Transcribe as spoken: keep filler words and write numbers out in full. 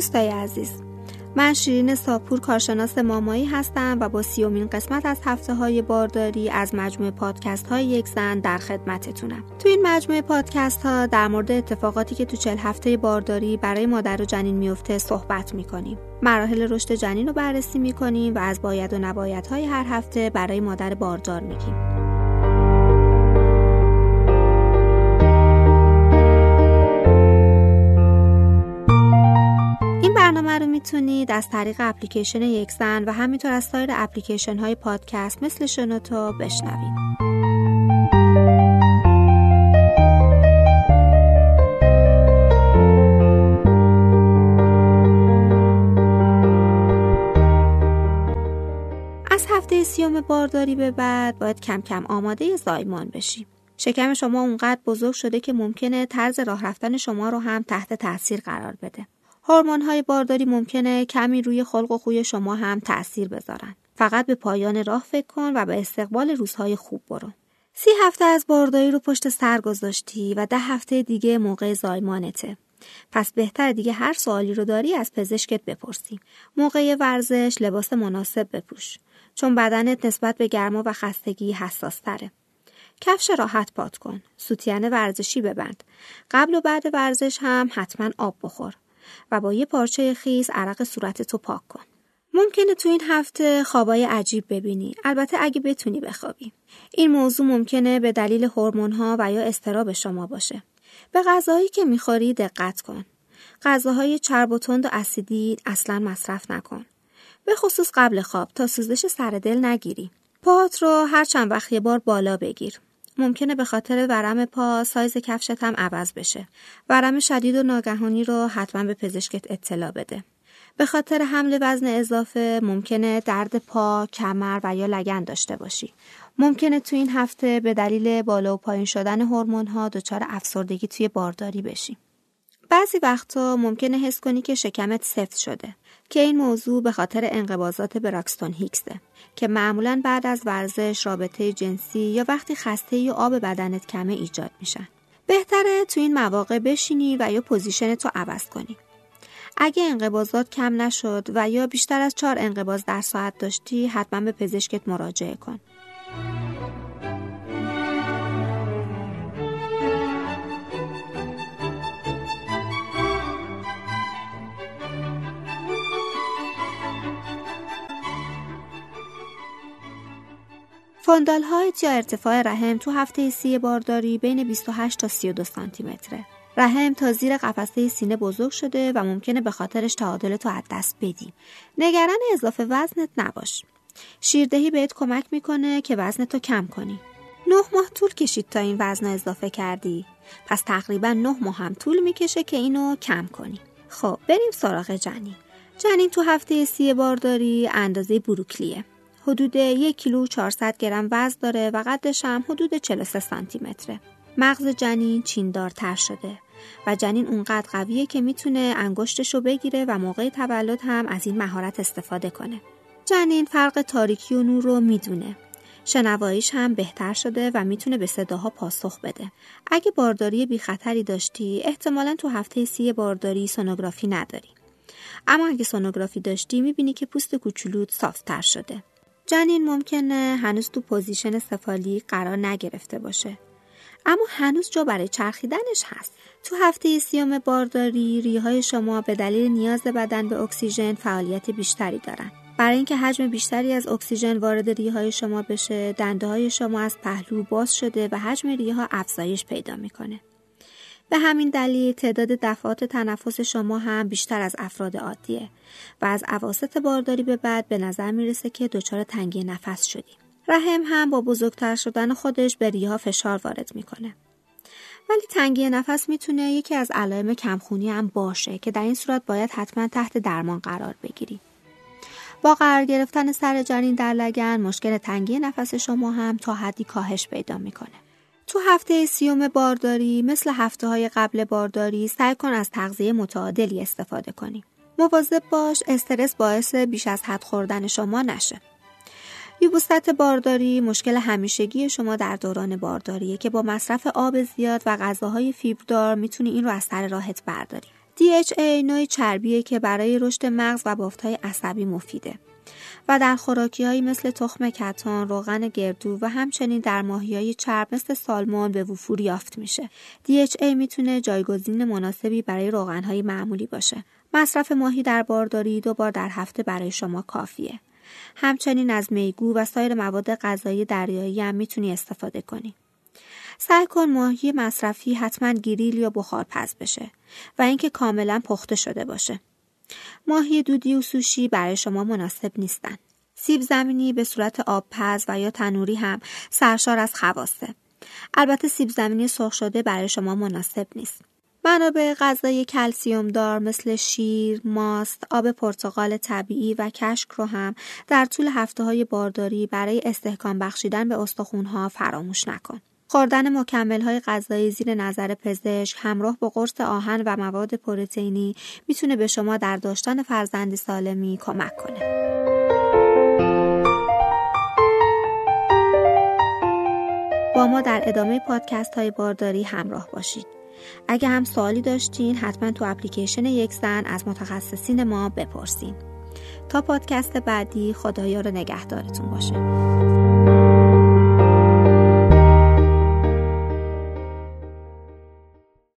دوستای عزیز، من شیرین ساپور کارشناس مامایی هستم و با سیومین قسمت از هفته های بارداری از مجموعه پادکست های یک زن در خدمتتونم. تو این مجموعه پادکست ها در مورد اتفاقاتی که تو چهل هفته بارداری برای مادر و جنین میفته صحبت میکنیم. مراحل رشد جنین رو بررسی میکنیم و از باید و نبایدهای هر هفته برای مادر باردار میگیم. برنامه رو میتونید از طریق اپلیکیشن یک زن و همینطور از سایر اپلیکیشن های پادکست مثل شنوتو بشنوید. از هفته سیوم بارداری به بعد باید کم کم آماده زایمان بشیم. شکم شما اونقدر بزرگ شده که ممکنه طرز راه رفتن شما رو هم تحت تاثیر قرار بده. هورمون‌های بارداری ممکنه کمی روی خلق و خوی شما هم تأثیر بذارن. فقط به پایان راه فکر کن و به استقبال روزهای خوب برو. سی هفته از بارداری رو پشت سر گذاشتی و ده هفته دیگه موقع زایمانته. پس بهتر دیگه هر سوالی رو داری از پزشکت بپرسی. موقع ورزش لباس مناسب بپوش، چون بدنت نسبت به گرما و خستگی حساس تره. کفش راحت پات کن. سوتین ورزشی ببند. قبل و بعد ورزش هم حتما آب بخور. و با یه پارچه خیس عرق صورتتو پاک کن. ممکنه تو این هفته خوابای عجیب ببینی، البته اگه بتونی بخوابی. این موضوع ممکنه به دلیل هورمون‌ها و یا اضطراب شما باشه. به غذاهایی که می‌خوری دقت کن. غذاهای چرب و تند و اسیدی اصلاً مصرف نکن. به خصوص قبل خواب تا سوزش سر دل نگیری. پاهات رو هر چند وقت یه بار بالا بگیر. ممکنه به خاطر ورم پا سایز کفشت هم عوض بشه. ورم شدید و ناگهانی رو حتما به پزشکت اطلاع بده. به خاطر حمل وزن اضافه ممکنه درد پا، کمر و یا لگن داشته باشی. ممکنه تو این هفته به دلیل بالا و پایین شدن هورمون‌ها دچار افسردگی توی بارداری بشی. بعضی وقتا ممکنه حس کنی که شکمت سفت شده، که این موضوع به خاطر انقباضات براکستون هیکسه که معمولاً بعد از ورزش، رابطه جنسی یا وقتی خسته یا آب بدنت کمه ایجاد میشن. بهتره تو این مواقع بشینی و یا پوزیشنت رو عوض کنی. اگه انقباضات کم نشد و یا بیشتر از چهار انقباض در ساعت داشتی، حتما به پزشکت مراجعه کن. فاندال‌هایت یا ارتفاع رحم تو هفته سی بارداری بین بیست و هشت تا سی و دو سانتی متره. رحم تا زیر قفسه سینه بزرگ شده و ممکنه به خاطرش تعادلتو از دست بدی. نگران اضافه وزنت نباش. شیردهی بهت کمک میکنه که وزنتو کم کنی. نه ماه طول کشید تا این وزن اضافه کردی. پس تقریبا نه ماه هم طول میکشه که اینو کم کنی. خب بریم سراغ جنین. جنین تو هفته سی بارداری اندازه بروکلیه. حدود یک کیلو چهارصد گرم وزن داره و قدش هم حدود چهل و سه سانتی متره. مغز جنین چیندارتر شده و جنین اونقدر قویه که میتونه انگشتشو بگیره و موقع تولد هم از این مهارت استفاده کنه. جنین فرق تاریکی و نور رو میدونه. شنواییش هم بهتر شده و میتونه به صداها پاسخ بده. اگه بارداری بی خطری داشتی، احتمالاً تو هفته سی بارداری سونوگرافی نداری. اما اگه سونوگرافی داشتی، میبینی که پوست کوچولوت صافتر شده. جنین ممکنه هنوز تو پوزیشن سفالی قرار نگرفته باشه، اما هنوز جا برای چرخیدنش هست. تو هفته سیوم بارداری ریه‌های شما به دلیل نیاز بدن به اکسیژن فعالیت بیشتری دارن. برای اینکه حجم بیشتری از اکسیژن وارد ریه‌های شما بشه، دنده‌های شما از پهلو باز شده و حجم ریه‌ها افزایش پیدا میکنه. به همین دلیل تعداد دفعات تنفس شما هم بیشتر از افراد عادیه و از اواسط بارداری به بعد به نظر میرسه که دچار تنگی نفس شدی. رحم هم با بزرگتر شدن خودش به ریه‌ها فشار وارد میکنه. ولی تنگی نفس میتونه یکی از علائم کمخونی هم باشه که در این صورت باید حتما تحت درمان قرار بگیری. با قرار گرفتن سر جنین در لگن، مشکل تنگی نفس شما هم تا حدی کاهش پیدا میکنه. تو هفته سیوم بارداری مثل هفته های قبل بارداری سعی کن از تغذیه متعادلی استفاده کنی. مواظب باش استرس باعث بیش از حد خوردن شما نشه. یبوست بارداری مشکل همیشگی شما در دوران بارداریه که با مصرف آب زیاد و غذاهای فیبردار میتونی این رو از سر راهت برداری. دی اچ ای نوعی چربیه که برای رشد مغز و بافت‌های عصبی مفیده و در خوراکی‌هایی مثل تخم کتان، روغن گردو و همچنین در ماهی‌های چرب مثل سالمون به وفور یافت میشه. دی اچ ای میتونه جایگزین مناسبی برای روغن‌های معمولی باشه. مصرف ماهی در بارداری دو بار در هفته برای شما کافیه. همچنین از میگو و سایر مواد غذایی دریایی هم میتونی استفاده کنی. سعی کن ماهی مصرفی حتما گریل یا بخارپز بشه و اینکه کاملا پخته شده باشه. ماهی دودی و سوشی برای شما مناسب نیستن. سیب زمینی به صورت آبپز و یا تنوری هم سرشار از خواصه. البته سیب زمینی سرخ شده برای شما مناسب نیست. منابع غذایی کلسیم دار مثل شیر، ماست، آب پرتقال طبیعی و کشک رو هم در طول هفته‌های بارداری برای استحکام بخشیدن به استخوان‌ها فراموش نکن. خوردن مکمل‌های غذایی زیر نظر پزشک همراه با قرص آهن و مواد پروتئینی میتونه به شما در داشتن فرزندی سالمی کمک کنه. با ما در ادامه پادکست های بارداری همراه باشید. اگه هم سوالی داشتین حتما تو اپلیکیشن یک زن از متخصصین ما بپرسین. تا پادکست بعدی، خدایا رو نگهدارتون باشه.